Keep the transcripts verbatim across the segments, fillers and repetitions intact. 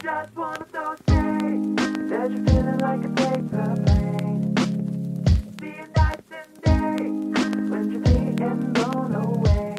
just one of those days that you're feeling like a paper plane. Seeing nights and days when you're being blown away.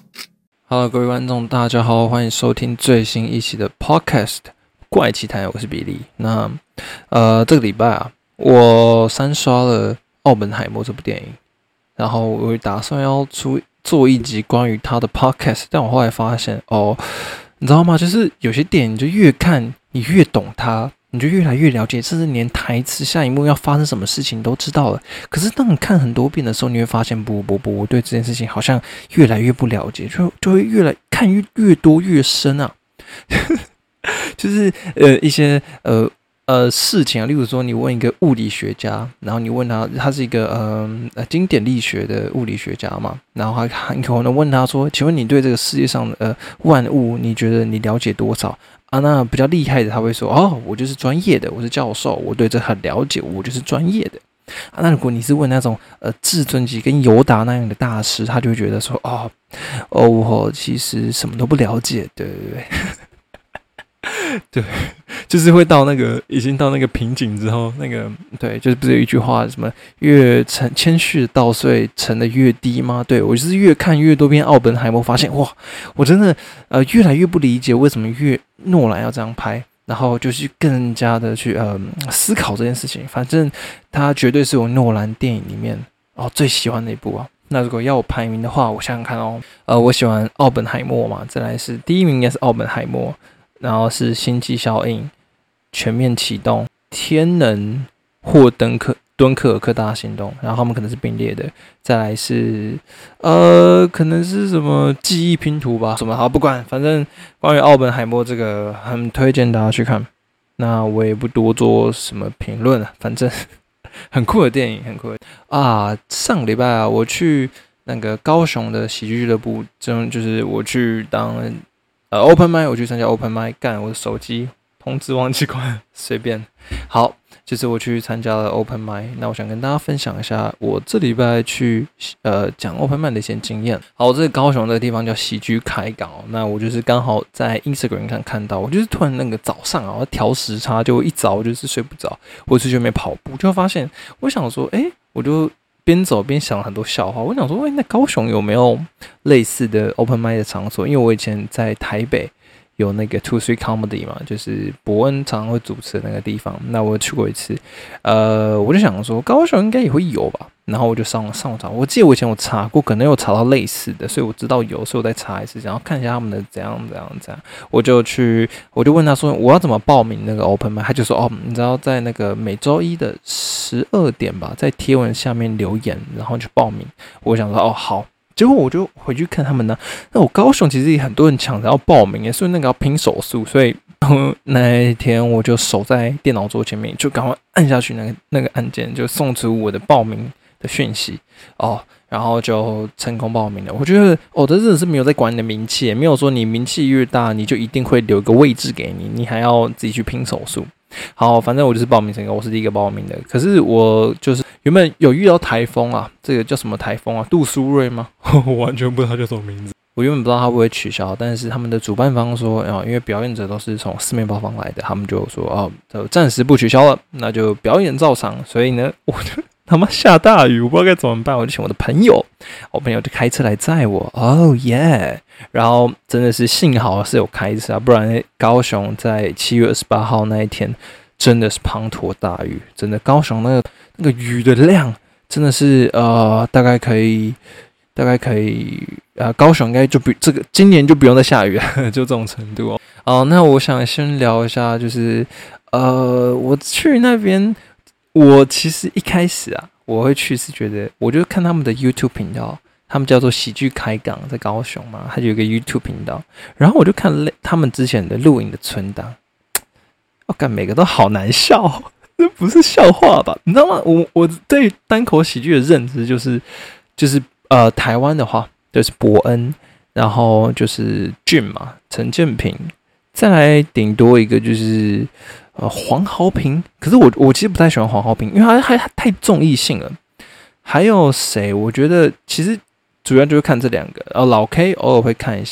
Hello， 各位观众，大家好，欢迎收听最新一期的 Podcast 怪奇谈，我是比利。那呃，这个礼拜啊，我三刷了《奥本海默》这部电影，然后我打算要出做一集关于他的 Podcast， 但我后来发现哦。你知道吗？就是有些电影，就越看你越懂它，你就越来越了解，甚至连台词、下一幕要发生什么事情都知道了。可是当你看很多遍的时候，你会发现，不不不，我对这件事情好像越来越不了解，就就会越来看越越多越深啊。就是呃一些呃。呃，事情啊，例如说，你问一个物理学家，然后你问他，他是一个呃经典力学的物理学家嘛，然后他你可能问他说，请问你对这个世界上的呃万物，你觉得你了解多少啊？那比较厉害的，他会说，哦，我就是专业的，我是教授，我对这很了解，我就是专业的。啊，那如果你是问那种呃至尊级跟尤达那样的大师，他就会觉得说，哦，哦，我其实什么都不了解，对对对。对，就是会到那个已经到那个瓶颈之后，那个对，就是不是有一句话什么越沉谦虚的稻穗沉得越低吗？对，我就是越看越多遍奥本海默，发现哇，我真的呃越来越不理解为什么越诺兰要这样拍，然后就是更加的去呃思考这件事情。反正他绝对是我诺兰电影里面哦最喜欢的一部啊。那如果要我排名的话，我想想看哦，呃，我喜欢奥本海默嘛，再来是第一名应该是奥本海默。然后是星际效应、全面启动、天能或敦刻敦刻尔克大行动，然后他们可能是并列的。再来是呃，可能是什么记忆拼图吧，什么好不管，反正关于奥本海默这个很推荐大家去看。那我也不多做什么评论了，反正很酷的电影，很酷的啊！上个礼拜啊，我去那个高雄的喜剧俱乐部，就就是我去当。呃 ，Open Mic 我去参加 Open Mic， 干我的手机通知忘记关，随便。好，就是我去参加了 Open Mic， 那我想跟大家分享一下我这礼拜去呃讲 Open Mic 的一些经验。好，这个高雄这个地方叫喜剧开港，那我就是刚好在 Instagram 上看到，我就是突然那个早上啊，我调时差，就一早我就是睡不着，我出去外面跑步，就发现我想说，哎、欸，我就。边走边想了很多笑话，我想说，喂，那高雄有没有类似的 open mic 的场所？因为我以前在台北有那个 Two Three Comedy 嘛，就是伯恩常常会主持的那个地方，那我去过一次，呃，我就想说高雄应该也会有吧，然后我就上上网查，我记得我以前有查过，可能有查到类似的，所以我知道有，所以我再查一次，然后看一下他们的怎样怎样怎样，我就去，我就问他说我要怎么报名那个 open mic， 他就说哦，你知道在那个每周一的十二点吧，在贴文下面留言，然后去报名。我想说哦好。结果我就回去看他们呢，那我高雄其实也很多人抢着要报名，所以那个要拼手速，所以那一天我就守在电脑桌前面，就赶快按下去那个那个按键，就送出我的报名的讯息哦，然后就成功报名了。我觉得哦，这真的是没有在管你的名气，没有说你名气越大，你就一定会留一个位置给你，你还要自己去拼手速。好，反正我就是报名成功，我是第一个报名的。可是我就是原本有遇到台风啊，这个叫什么台风啊？杜苏芮吗？我完全不知道他叫什么名字。我原本不知道他会不会取消，但是他们的主办方说，哦，因为表演者都是从四面八方来的，他们就说哦，就暂时不取消了，那就表演照常。所以呢，我就他妈下大雨，我不知道该怎么办，我就请我的朋友，我朋友就开车来载我，哦耶！然后真的是幸好是有开车啊，不然高雄在七月二十八号那一天真的是滂沱大雨，真的高雄那个那个雨的量真的是呃大概可以大概可以呃高雄应该就比这个今年就不用再下雨了，就这种程度哦。哦，那我想先聊一下，就是呃我去那边。我其实一开始啊，我会去是觉得，我就看他们的 YouTube 频道，他们叫做喜剧开港，在高雄嘛，他就有一个 YouTube 频道，然后我就看他们之前的录影的存档，我感每个都好难笑，这不是笑话吧？你知道吗？我我对单口喜剧的认知就是，就是呃，台湾的话就是伯恩，然后就是俊嘛，陈建平，再来顶多一个就是。呃，黄豪平，可是我我其实不太喜欢黄豪平，因为他还太综艺性了。还有谁？我觉得其实主要就是看这两个。然后老 K 偶尔会看一下，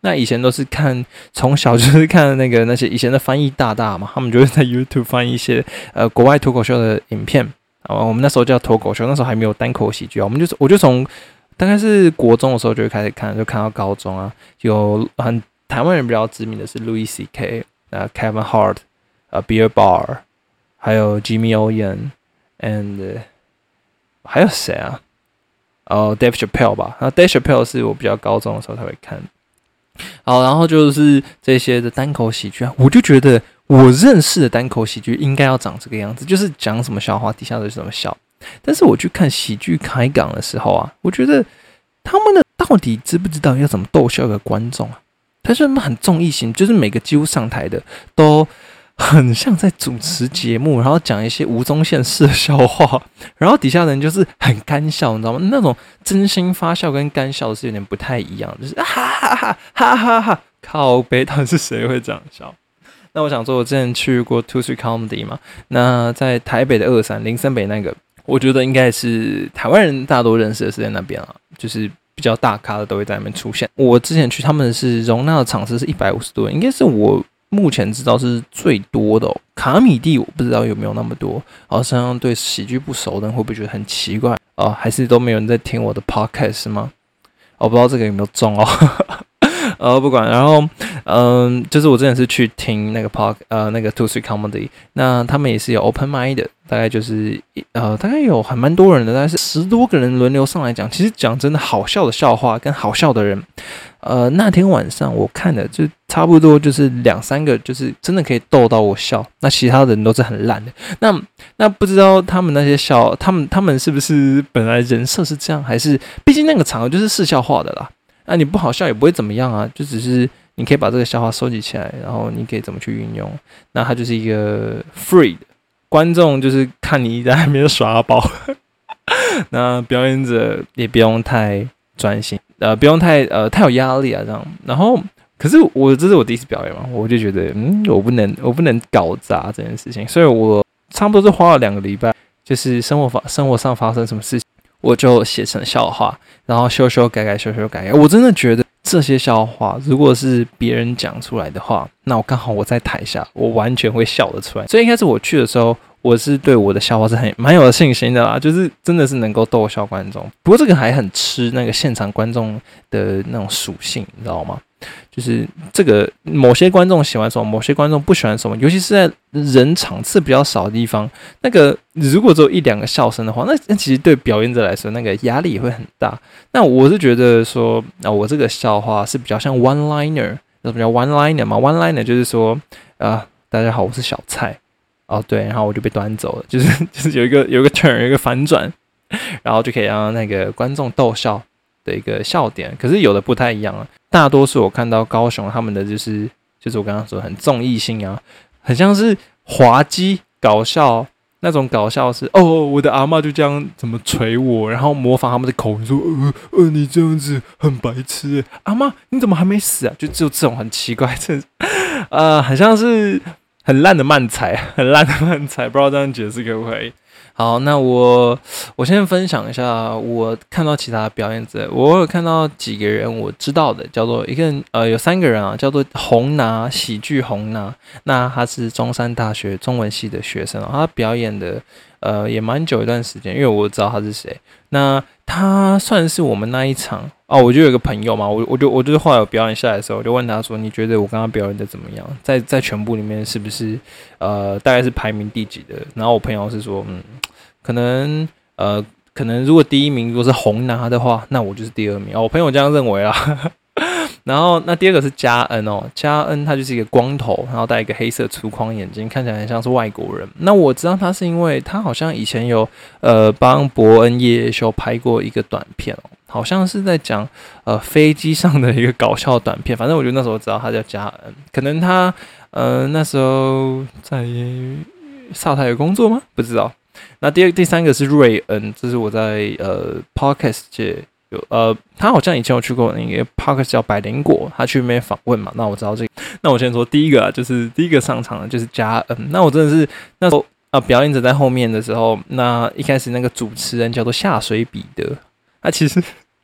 那以前都是看，从小就是看那个那些以前的翻译大大嘛，他们就会在 YouTube 翻译一些呃国外脱口秀的影片啊。我们那时候叫脱口秀，那时候还没有单口喜剧啊。我们就是我就从大概是国中的时候就会开始看，就看到高中啊，有很台湾人比较知名的是 Louis C K、呃 Kevin Hart、呃 Bill Burr， 还有 Jimmy Owen，and、呃、还有谁啊？哦 ，Dave Chappelle 吧。那 Dave Chappelle 是我比较高中的时候才会看。好，然后就是这些的单口喜剧啊，我就觉得我认识的单口喜剧应该要长这个样子，就是讲什么笑话，底下都是怎么笑。但是我去看喜剧开港的时候啊，我觉得他们的到底知不知道要怎么逗笑一个观众啊？他是很综艺型，就是每个几乎上台的都很像在主持节目，然后讲一些吴宗宪式的笑话，然后底下的人就是很干笑，你知道吗？那种真心发笑跟干笑是有点不太一样，就是哈哈哈哈哈哈，靠北，到底是谁会这样笑？那我想说，我之前去过 Two Street Comedy 嘛，那在台北的二三林森北那个，我觉得应该是台湾人大多认识的是在那边啊，就是比较大咖的都会在那边出现。我之前去他们是容纳的场次是一百五十多人，应该是我目前知道是最多的哦。卡米蒂我不知道有没有那么多，好像对喜剧不熟的人会不会觉得很奇怪哦？还是都没有人在听我的 podcast 吗？我、哦、不知道这个有没有中哦。呃，不管，然后，嗯、呃，就是我之前是去听那个 pod， 呃，那个 Two Street Comedy， 那他们也是有 open mic 的，大概就是呃，大概有还蛮多人的，大概是十多个人轮流上来讲。其实讲真的，好笑的笑话跟好笑的人，呃，那天晚上我看的就差不多就是两三个，就是真的可以逗到我笑，那其他人都是很烂的。那那不知道他们那些笑，他们他们是不是本来人设是这样，还是毕竟那个场合就是视笑话的啦。那、啊、你不好笑也不会怎么样啊，就只是你可以把这个笑话收集起来，然后你可以怎么去运用。那它就是一个 free 的，观众就是看你在那边耍宝，那表演者也不用太专心，呃，不用太呃太有压力啊这样。然后，可是我这是我第一次表演嘛，我就觉得嗯，我不能我不能搞砸这件事情，所以我差不多是花了两个礼拜，就是生活发生活上发生什么事情。我就写成笑话，然后修修改改，修修改改。我真的觉得这些笑话，如果是别人讲出来的话，那我刚好我在台下，我完全会笑得出来。所以一开始我去的时候，我是对我的笑话是很蛮有信心的啦，就是真的是能够逗笑观众。不过这个还很吃那个现场观众的那种属性，你知道吗？就是这个某些观众喜欢什么，某些观众不喜欢什么，尤其是在人场次比较少的地方，那个如果只有一两个笑声的话，那那其实对表演者来说，那个压力也会很大。那我是觉得说，啊，我这个笑话是比较像 one liner， 什么叫 one liner 嘛 ？one liner 就是说，啊，大家好，我是小蔡，哦对，然后我就被端走了，就是就是有一个有一个 turn， 有一个反转，然后就可以让那个观众逗笑的一个笑点。可是有的不太一样啊。大多数我看到高雄他们的就是就是我刚刚说很综艺性啊，很像是滑稽搞笑那种搞笑是哦，我的阿嬷就这样怎么捶我，然后模仿他们的口音说呃呃你这样子很白痴耶，阿嬷你怎么还没死啊？就只有这种很奇怪，这呃很像是很烂的漫才，很烂的漫才，不知道这样解释可不可以？好，那我我先分享一下我看到其他的表演者，我有看到几个人我知道的，叫做一个呃有三个人啊，叫做洪拿喜剧洪拿，那他是中山大学中文系的学生，他表演的呃也蛮久一段时间，因为我知道他是谁。那他算是我们那一场哦，我就有一个朋友嘛，我我就我就是后来有表演下来的时候，我就问他说：“你觉得我刚刚表演的怎么样？在在全部里面是不是呃大概是排名第几的？”然后我朋友是说：“嗯，可能呃可能如果第一名如果是红拿的话，那我就是第二名。”哦，我朋友这样认为啦。然后那第二个是嘉恩哦，嘉恩他就是一个光头，然后戴一个黑色粗框眼镜，看起来很像是外国人。那我知道他是因为他好像以前有呃帮伯恩夜夜秀拍过一个短片哦，好像是在讲呃飞机上的一个搞笑短片。反正我觉得那时候知道他叫嘉恩，可能他呃那时候在萨台有工作吗？不知道。那第二第三个是瑞恩，这是我在呃 podcast 界。呃，他好像以前有去过那个 podcast 叫百灵果，他去那边访问嘛。那我知道这个。那我先说第一个啊，就是第一个上场的就是嘉恩。那我真的是那时候啊，表演者在后面的时候，那一开始那个主持人叫做下水彼得，他其实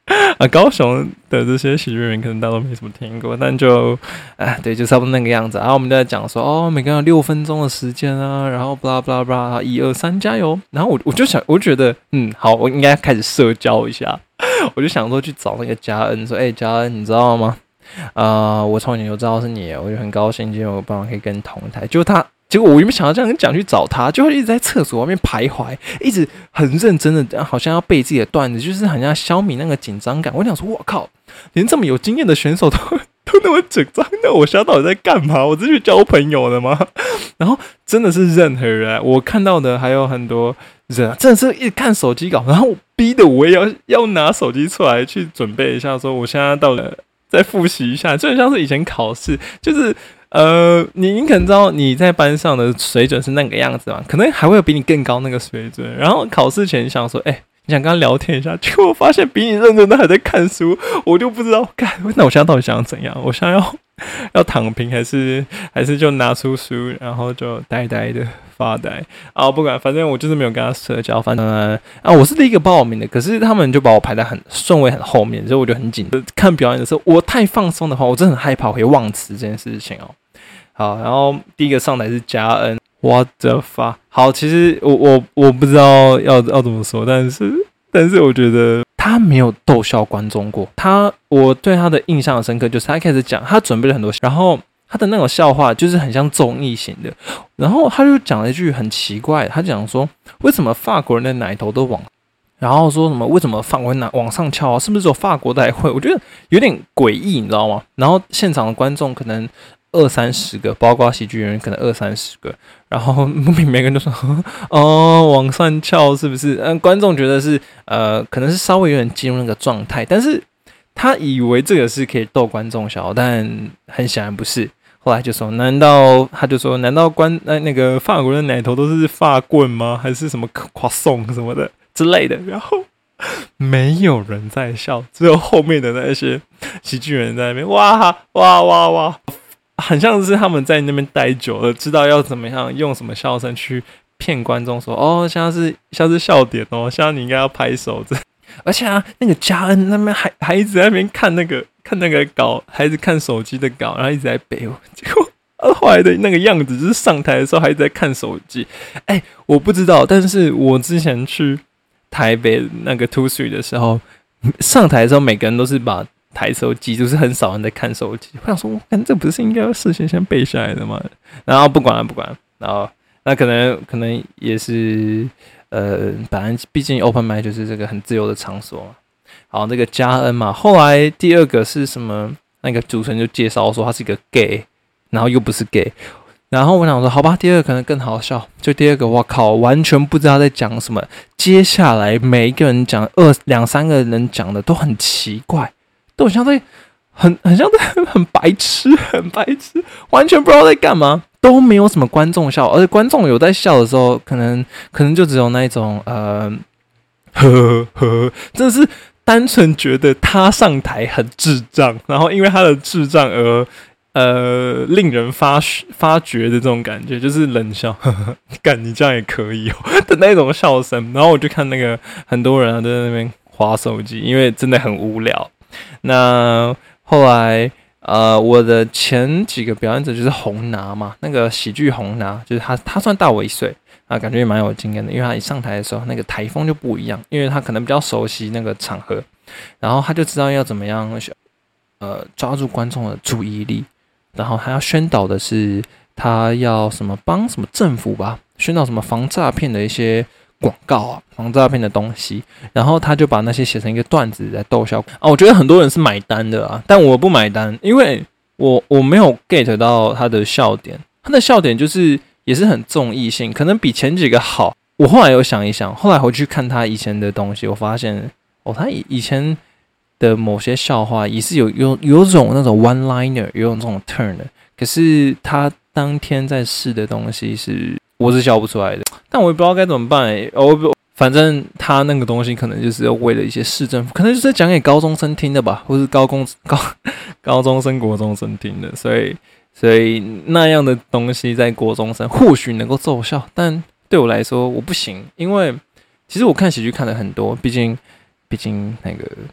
啊，高雄的这些喜剧人可能大家都没什么听过，但就哎，对，就差不多那个样子。然后我们就在讲说，哦，每个人有六分钟的时间啊，然后 blah blah blah， 一二三，加油。然后我我就想，我就觉得，嗯，好，我应该开始社交一下。我就想说去找那个嘉恩，说，哎、欸，嘉恩，你知道吗？啊、呃，我从前就知道是你，我就很高兴，今天有办法可以跟你同台。就他。结果我原本想要这样讲去找他，就会一直在厕所外面徘徊，一直很认真的，好像要背自己的段子，就是很像消弭那个紧张感。我想说，我靠，连这么有经验的选手都都那么紧张，那我现在到底在干嘛？我是去交朋友的吗？然后真的是任何人，我看到的还有很多人，真的是一直看手机稿，然后逼得我也要要拿手机出来去准备一下，说我现在到底再复习一下，就很像是以前考试，就是。呃，你你可能知道你在班上的水准是那个样子嘛？可能还会有比你更高那个水准。然后考试前你想说，哎、欸，你想跟他聊天一下，结果我发现比你认真的还在看书，我就不知道，干，那我现在到底想要怎样？我想要要躺平，还是还是就拿出书，然后就呆呆的发呆啊？不管，反正我就是没有跟他社交。反正啊，我是第一个报名的，可是他们就把我排在很顺位很后面，所以我就很紧。看表演的时候，我太放松的话，我真的很害怕会忘词这件事情哦。好，然后第一个上台是嘉恩 ，What the fuck？ 好，其实我我我不知道要要怎么说，但是但是我觉得他没有逗笑观众过。他我对他的印象很深刻，就是他一开始讲，他准备了很多，然后他的那种笑话就是很像综艺型的，然后他就讲了一句很奇怪，他讲说为什么法国人的奶头都往，然后说什么为什么法国人往上翘啊？是不是只有法国才会？我觉得有点诡异，你知道吗？然后现场的观众可能。二三十个，包括喜剧人可能二三十个，然后每个人都说哦往上翘是不是？嗯，观众觉得是呃，可能是稍微有点进入那个状态，但是他以为这个是可以逗观众笑，但很显然不是。后来就说，难道他就说，难道观那那个法国人的奶头都是法棍吗？还是什么夸送什么的之类的？然后没有人在笑，只有后面的那些喜剧人在那边哇哇哇哇。很像是他们在那边待久了，知道要怎么样用什么笑声去骗观众说，哦，现在是现在是笑点哦，现在你应该要拍手这。而且啊，那个嘉恩那边还还一直在那边看那个看那个稿，还一直看手机的稿，然后一直在背。结果后来的那个样子，就是上台的时候还一直在看手机。哎、欸，我不知道，但是我之前去台北那个 Two Three 的时候，上台的时候每个人都是把。台手机就是很少人在看手机，我想说，我看这不是应该要事先先背下来的吗？然后不管了不管了，然后那可能可能也是呃，本来毕竟 open mic 就是这个很自由的场所嘛。好，这个嘉恩嘛，后来第二个是什么？那个主持人就介绍说他是一个 gay， 然后又不是 gay， 然后我想说，好吧，第二个可能更好笑。就第二个，我靠，完全不知道在讲什么。接下来每一个人讲二两三个人讲的都很奇怪。都很像在很很像在很白痴，很白痴，完全不知道在干嘛，都没有什么观众笑，而且观众有在笑的时候，可能可能就只有那一种呃，呵呵呵，真的是单纯觉得他上台很智障，然后因为他的智障而呃令人发发觉的这种感觉，就是冷笑，呵呵，干你这样也可以哦的那种笑声，然后我就看那个很多人啊都在那边滑手机，因为真的很无聊。那后来，呃，我的前几个表演者就是红拿嘛，那个喜剧红拿，就是他，他算大我一岁啊，感觉也蛮有经验的，因为他一上台的时候，那个台风就不一样，因为他可能比较熟悉那个场合，然后他就知道要怎么样，呃，抓住观众的注意力，然后他要宣导的是，他要什么帮什么政府吧，宣导什么防诈骗的一些。广告啊，防诈骗的东西，然后他就把那些写成一个段子来逗笑啊。我觉得很多人是买单的啊，但我不买单，因为我我没有 get 到他的笑点，他的笑点就是也是很综艺性，可能比前几个好。我后来有想一想，后来回去看他以前的东西，我发现哦，他以前的某些笑话也是有有有种那种 one liner， 有种这种 turn 的，可是他当天在试的东西是。我是笑不出来的，但我也不知道该怎么办欸。我反正他那个东西可能就是为了一些市政府，可能就是讲给高中生听的吧，或是高中高高中生、国中生听的，所以所以那样的东西在国中生或许能够奏效，但对我来说我不行，因为其实我看喜剧看了很多，毕竟毕竟那个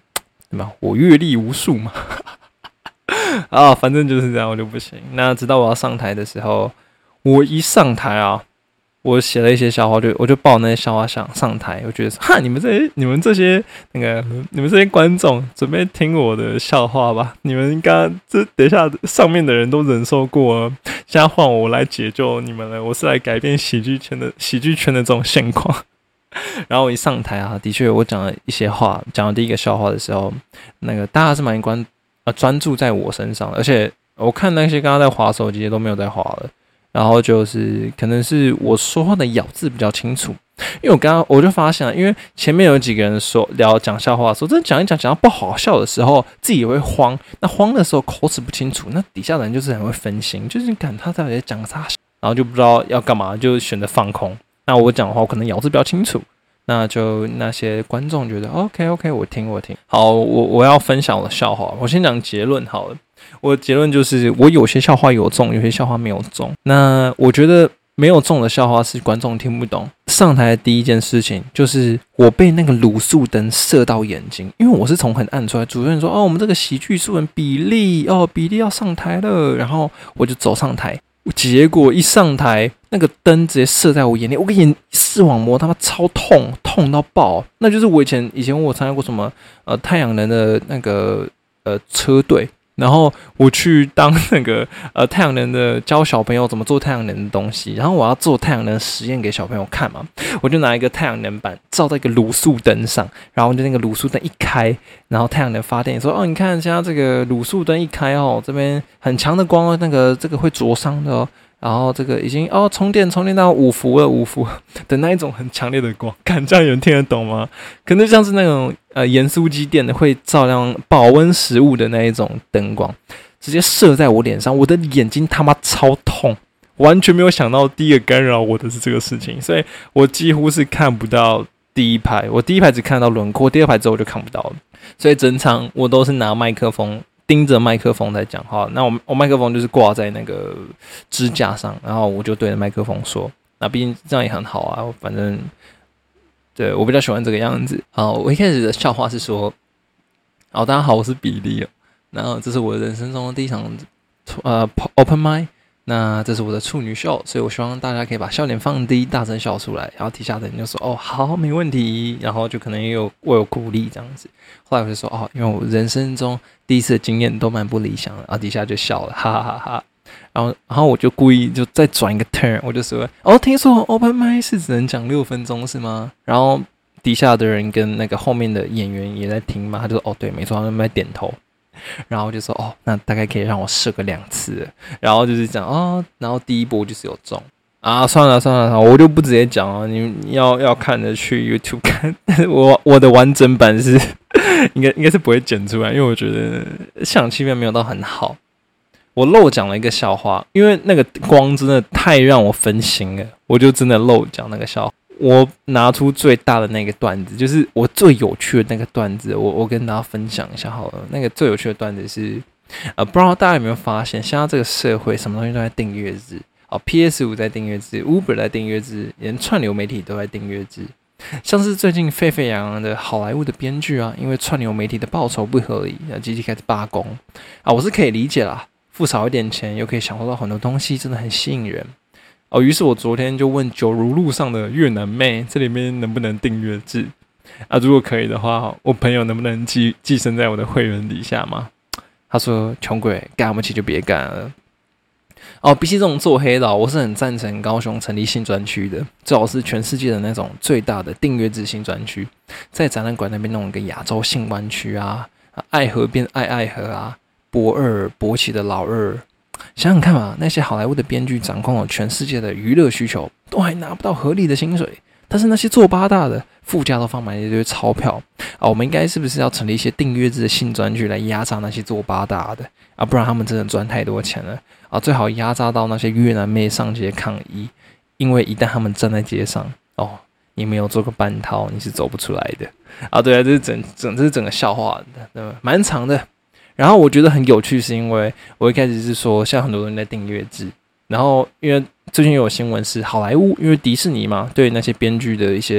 对吧？我阅历无数嘛。啊，反正就是这样，我就不行。那直到我要上台的时候，我一上台啊，我写了一些笑话，就我就抱那些笑话上上台，我觉得哈，你们这些你们这些那个你们这些观众准备听我的笑话吧？你们应该这等一下上面的人都忍受过了，现在换我来解救你们了。我是来改变喜剧圈的喜剧圈的这种现况。然后我一上台啊，的确我讲了一些话，讲了第一个笑话的时候，那个大家是蛮关呃专注在我身上的，而且我看那些刚刚在滑手机的都没有在滑了。然后就是可能是我说话的咬字比较清楚，因为我刚刚我就发现了，因为前面有几个人说聊讲笑话的时候，真的讲一讲讲到不好笑的时候，自己也会慌。那慌的时候口齿不清楚，那底下的人就是很会分心，就是感他到底在讲啥，然后就不知道要干嘛，就选择放空。那我讲的话，我可能咬字比较清楚，那就那些观众觉得 OK OK， 我听我听。好，我我要分享我的笑话，我先讲结论好了。我的结论就是，我有些笑话有中，有些笑话没有中。那我觉得没有中的笑话是观众听不懂。上台的第一件事情就是我被那个卤素灯射到眼睛，因为我是从很暗出来。主持人说：“哦，我们这个喜剧素人比利哦，比利要上台了。”然后我就走上台，结果一上台，那个灯直接射在我眼里，我个眼视网膜他妈超痛，痛到爆。那就是我以前以前我参加过什么呃太阳能的那个呃车队。然后我去当那个呃太阳能的教小朋友怎么做太阳能的东西，然后我要做太阳能实验给小朋友看嘛，我就拿一个太阳能板照在一个卤素灯上，然后就那个卤素灯一开，然后太阳能发电说哦，你看现在这个卤素灯一开哦，这边很强的光哦，那个这个会灼伤的哦。然后这个已经哦充电充电到五伏了五伏的那一种很强烈的光，看这样有人听得懂吗？可能像是那种呃盐酥鸡店的会照亮保温食物的那一种灯光，直接射在我脸上，我的眼睛他妈超痛，完全没有想到第一个干扰我的是这个事情，所以我几乎是看不到第一排，我第一排只看到轮廓，第二排之后我就看不到了，所以整场我都是拿麦克风。盯着麦克风在讲话，那我我麦克风就是挂在那个支架上，然后我就对着麦克风说，那毕竟这样也很好啊，反正对我比较喜欢这个样子。好，我一开始的笑话是说，好，大家好，我是比利哦，然后这是我人生中的第一场呃 open mic， 那这是我的处女秀，所以我希望大家可以把笑点放低，大声笑出来，然后底下的人就说哦好没问题，然后就可能也有我有鼓励这样子。后来我就说哦，因为我人生中第一次的经验都蛮不理想的，然后底下就笑了，哈哈哈哈。然后，然后我就故意就再转一个 turn， 我就说哦，听说 open mic 是只能讲六分钟是吗？然后底下的人跟那个后面的演员也在听嘛，他就说哦对，没错，他们在点头。然后就说哦，那大概可以让我射个两次，然后就是讲哦，然后第一波就是有中啊，算了算了，我就不直接讲了，你要要看的去 YouTube 看，我我的完整版是应该应该是不会剪出来，因为我觉得现场气氛没有到很好。我漏讲了一个笑话，因为那个光真的太让我分心了，我就真的漏讲那个笑话。我拿出最大的那个段子，就是我最有趣的那个段子，我我跟大家分享一下好了。那个最有趣的段子是，呃，不知道大家有没有发现，现在这个社会什么东西都在订阅制哦 ，P S 五 在订阅制 ，Uber 在订阅制，连串流媒体都在订阅制。像是最近沸沸扬扬的好莱坞的编剧啊，因为串流媒体的报酬不合理，然后集体开始罢工啊，我是可以理解啦，付少一点钱又可以享受到很多东西，真的很吸引人。哦，于是我昨天就问九如路上的越南妹，这里面能不能订阅制啊？如果可以的话，我朋友能不能寄寄生在我的会员底下吗？他说：“穷鬼，干不起就别干了。”哦，比起这种做黑的，我是很赞成高雄成立新专区的，最好是全世界的那种最大的订阅制新专区，在展览馆那边弄一个亚洲新湾区啊，爱河变爱爱河啊，博二勃起的老二。想想看嘛，那些好莱坞的编剧掌控了全世界的娱乐需求，都还拿不到合理的薪水。但是那些做八大的，副驾都放满一堆钞票啊！我们应该是不是要成立一些订阅制的新专区来压榨那些做八大的啊？不然他们真的赚太多钱了啊！最好压榨到那些越南妹上街抗议，因为一旦他们站在街上，哦，你没有做个半套，你是走不出来的啊！对啊，这是整整这是整个笑话的，蛮长的。然后我觉得很有趣，是因为我一开始是说，像很多人在订阅制，然后因为最近又有新闻是好莱坞，因为迪士尼嘛，对那些编剧的一些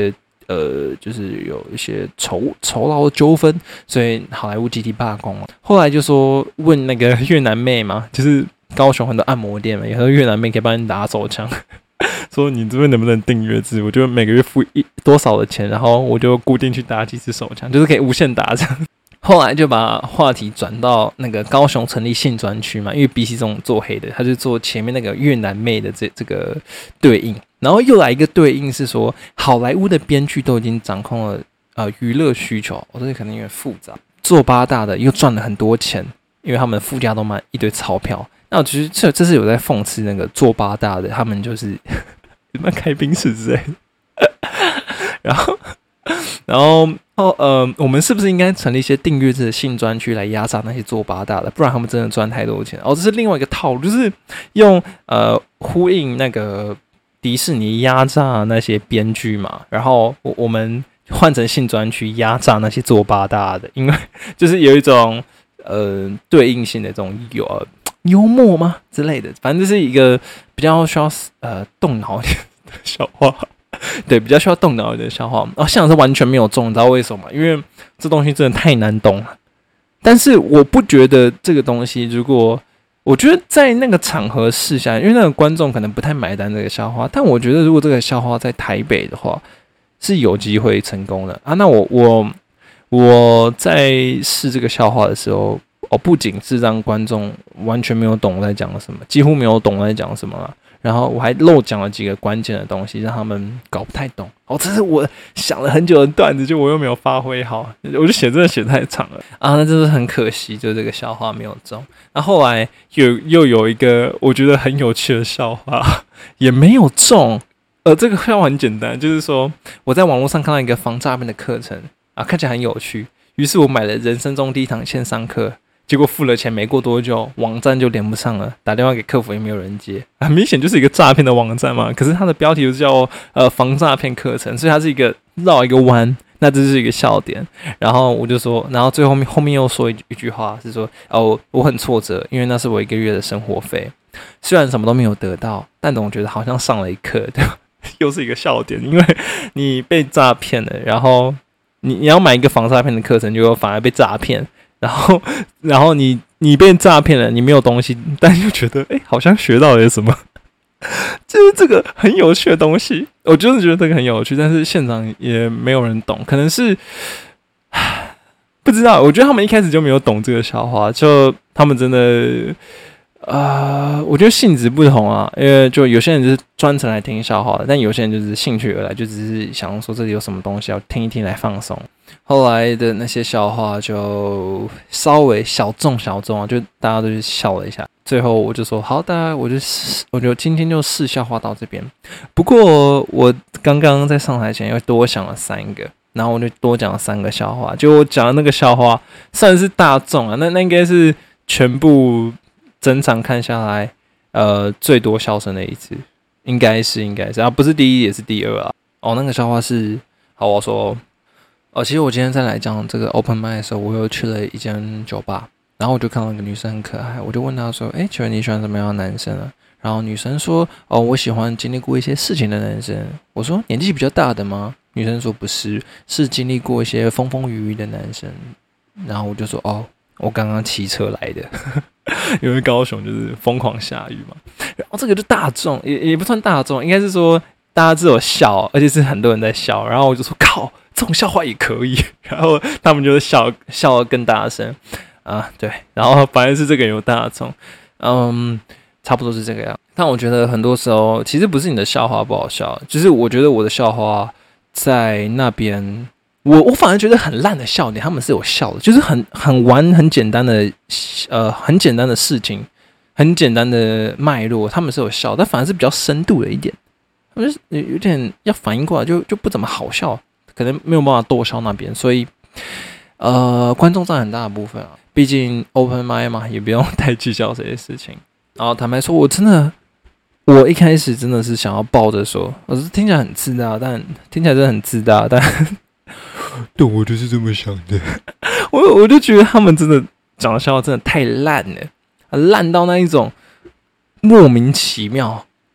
呃，就是有一些酬酬劳的纠纷，所以好莱坞集体罢工了。后来就说问那个越南妹嘛，就是高雄很多按摩店嘛，有时候越南妹可以帮你打手枪，说你这边能不能订阅制？我就每个月付一多少的钱，然后我就固定去打几次手枪，就是可以无限打这样。后来就把话题转到那个高雄成立性专区嘛，因为比起这种做黑的，他就做前面那个越南妹的这这个对应，然后又来一个对应是说，好莱坞的编剧都已经掌控了呃娱乐需求，我、哦、这可能有点复杂，做八大的又赚了很多钱，因为他们附加都买一堆钞票。那我觉得这这是有在讽刺那个做八大的，他们就是有没有开宾士之类的，然后。然后哦呃，我们是不是应该成立一些订阅制的性专区来压榨那些做八大的？不然他们真的赚太多钱。哦，这是另外一个套路，就是用呃呼应那个迪士尼压榨那些编剧嘛，然后我我们换成性专区压榨那些做八大的，因为就是有一种呃对应性的这种有、呃、幽默吗之类的，反正这是一个比较需要呃动脑的笑话。对，比较需要动脑的笑话。哦，像是完全没有中，你知道为什么吗？因为这东西真的太难懂了。但是我不觉得这个东西，如果我觉得在那个场合试下，因为那个观众可能不太买单这个笑话，但我觉得如果这个笑话在台北的话，是有机会成功的啊。那我我我在试这个笑话的时候，哦，不仅是让观众完全没有懂我在讲什么，几乎没有懂我在讲什么了。然后我还漏讲了几个关键的东西，让他们搞不太懂。哦，这是我想了很久的段子，就我又没有发挥好，我就写真的写太长了啊，那真是很可惜，就这个笑话没有中。然后后来又又有一个我觉得很有趣的笑话，也没有中。呃，这个笑话很简单，就是说我在网络上看到一个防诈骗的课程啊，看起来很有趣，于是我买了人生中第一堂线上课。结果付了钱，没过多久，网站就连不上了，打电话给客服也没有人接，很明显就是一个诈骗的网站嘛。可是它的标题就叫呃防诈骗课程，所以它是一个绕一个弯，那这是一个笑点。然后我就说，然后最后面后面又说一句一句话，是说哦我很挫折，因为那是我一个月的生活费，虽然什么都没有得到，但总觉得好像上了一课，对吧？又是一个笑点，因为你被诈骗了，然后你你要买一个防诈骗的课程，结果反而被诈骗。然后，然后你你被诈骗了，你没有东西，但又觉得哎，好像学到了什么，就是这个很有趣的东西。我真的觉得这个很有趣，但是现场也没有人懂，可能是不知道。我觉得他们一开始就没有懂这个笑话，就他们真的，呃，我觉得性质不同啊，因为就有些人就是专程来听笑话的，但有些人就是兴趣而来，就只是想说这里有什么东西要听一听来放松。后来的那些笑话就稍微小众小众啊，就大家都去笑了一下。最后我就说好，大家我就我就今天就试笑话到这边。不过我刚刚在上台前又多想了三个，然后我就多讲了三个笑话。就我讲的那个笑话算是大众啊，那那应该是全部整场看下来，呃，最多笑声的一次，应该是应该是啊，不是第一也是第二啊。哦，那个笑话是好，我说。哦，其实我今天在来讲这个 open mic 的时候，我又去了一间酒吧，然后我就看到一个女生很可爱，我就问她说：“哎，请问你喜欢什么样的男生啊？”然后女生说：“哦，我喜欢经历过一些事情的男生。”我说：“年纪比较大的吗？”女生说：“不是，是经历过一些风风雨雨的男生。”然后我就说：“哦，我刚刚骑车来的，因为高雄就是疯狂下雨嘛。”然后这个就大众，也也不算大众，应该是说大家只有笑，而且是很多人在笑。然后我就说：“靠！”这种笑话也可以，然后他们就是笑笑得更大声啊，对，然后反正是这个有大众，嗯，差不多是这个样。但我觉得很多时候其实不是你的笑话不好笑，就是我觉得我的笑话在那边，我我反而觉得很烂的笑点，他们是有笑的，就是很很玩很简单的呃很简单的事情，很简单的脉络，他们是有笑，但反而是比较深度的一点，他们就是有点要反应过来就就不怎么好笑。可能没有办法剁笑那边，所以呃，观众占很大的部分啊。毕竟 open mic 嘛，也不用太计较这些事情。然后坦白说，我真的，我一开始真的是想要抱着说，我是听起来很自大，但听起来真的很自大，但对我就是这么想的。我我就觉得他们真的讲的笑话真的太烂了，烂到那一种莫名其妙。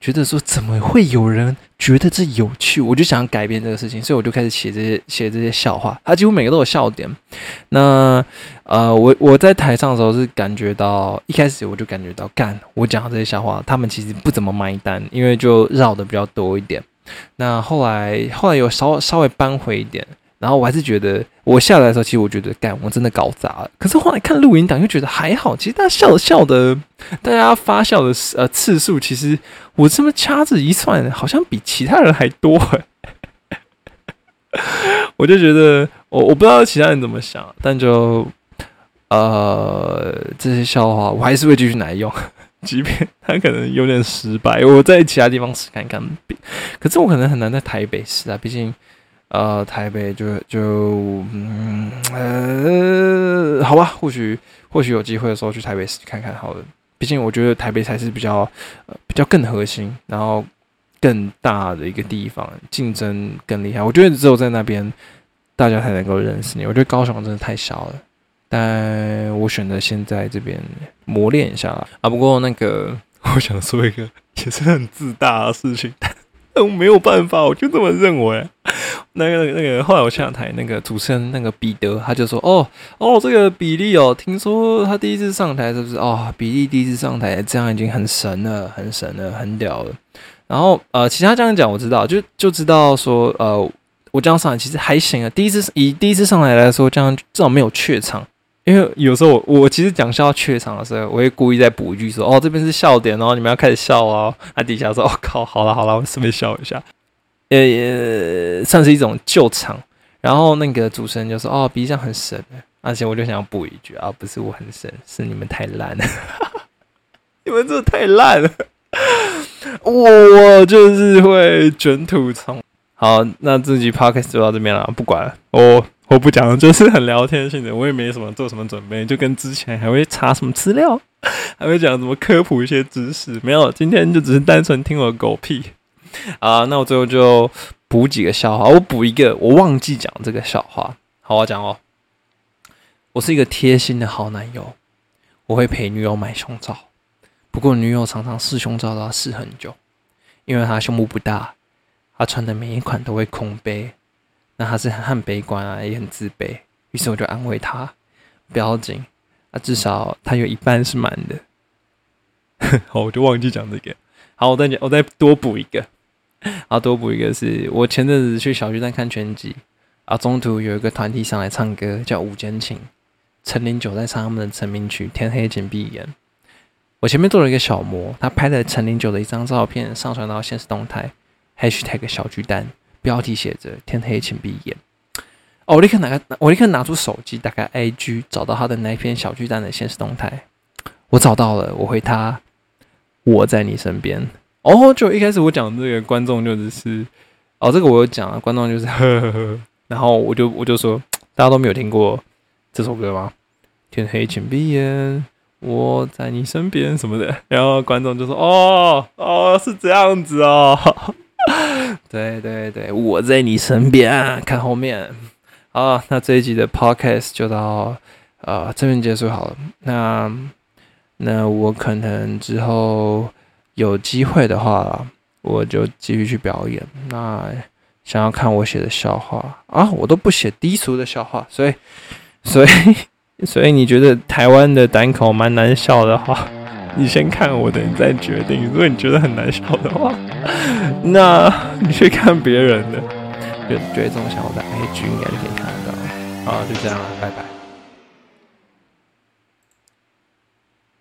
觉得说怎么会有人觉得这有趣，我就想改变这个事情，所以我就开始写这些写这些笑话，它几乎每个都有笑点。那呃，我我在台上的时候是感觉到，一开始我就感觉到，干我讲的这些笑话，他们其实不怎么买单，因为就绕的比较多一点。那后来后来有稍稍微扳回一点。然后我还是觉得，我下来的时候，其实我觉得，干，我真的搞砸了。可是后来看录音档，又觉得还好。其实大家笑笑的，大家发笑的呃次数，其实我这么掐指一算，好像比其他人还多。我就觉得，我我不知道其他人怎么想，但就呃这些笑话，我还是会继续拿来用，即便他可能有点失败，我在其他地方试看看。可是我可能很难在台北试啊，毕竟。呃，台北就就嗯呃，好吧，或许或许有机会的时候去台北试看看好了。毕竟我觉得台北才是比较呃比较更核心，然后更大的一个地方，竞争更厉害。我觉得只有在那边大家才能够认识你。我觉得高雄真的太小了，但我选择先在这边磨练一下啊。不过那个我想说一个也是很自大的事情。但我没有办法，我就这么认为。那个那个，后来我下台，那个主持人那个彼得，他就说：“哦哦，这个比利哦，听说他第一次上台是不是？哦，比利第一次上台，这样已经很神了，很神了，很屌了。”然后呃，其他这样讲我知道，就就知道说呃，我这样上台其实还行啊。第一次以第一次上台来说，这样至少没有怯场。因为有时候我我其实讲笑话怯场的时候，我会故意再补一句说：“哦，这边是笑点哦，你们要开始笑哦。”啊，底下说：“哦靠，好了好了，我顺便笑一下。”呃，算是一种救场。然后那个主持人就说：“哦，比利这样很神。”而且我就想要补一句啊，不是我很神，是你们太烂了，你们真的太烂了。我就是会卷土重。好，那这集 podcast 就到这边了，不管了，我我不讲了，就是很聊天性的，我也没什么做什么准备，就跟之前还会查什么资料，还会讲什么科普一些知识，没有，今天就只是单纯听我的狗屁啊。那我最后就补几个笑话，我补一个，我忘记讲这个笑话，好，我讲哦。我是一个贴心的好男友，我会陪女友买胸罩，不过女友常常试胸罩都要试很久，因为她胸部不大。他穿的每一款都会空杯，那他是很悲观啊，也很自卑。于是我就安慰他，不要紧，啊，至少他有一半是满的。好，我就忘记讲这个。好，我再讲，我再多补一个。好，多补一个是我前阵子去小巨蛋看拳击，啊，中途有一个团体上来唱歌，叫五间情，陈零九在唱他们的成名曲《天黑请闭眼》。我前面做了一个小模，他拍了陈零九的一张照片，上传到限时动态。#小巨蛋，标题写着“天黑请闭眼”。哦，我立刻拿个，我立刻拿出手机，打开 I G， 找到他的那篇小巨蛋的现实动态。我找到了，我回他：“我在你身边。”哦，就一开始我讲这个观众就只是，哦，这个我有讲了，观众就是呵呵呵，然后我就我就说，大家都没有听过这首歌吗？天黑请闭眼。我在你身边什么的，然后观众就说：“哦哦，是这样子哦。”对对对，我在你身边，看后面。好，那这一集的 podcast 就到呃这边结束好了。那那我可能之后有机会的话，我就继续去表演。那想要看我写的笑话啊，我都不写低俗的笑话，所以所以所以你觉得台湾的单口蛮难笑的话，你先看我的，你再决定。如果你觉得很难笑的话，那你去看别人的。就追踪一下我的 I G， 应该就可以看得到。好，就这样了，拜拜。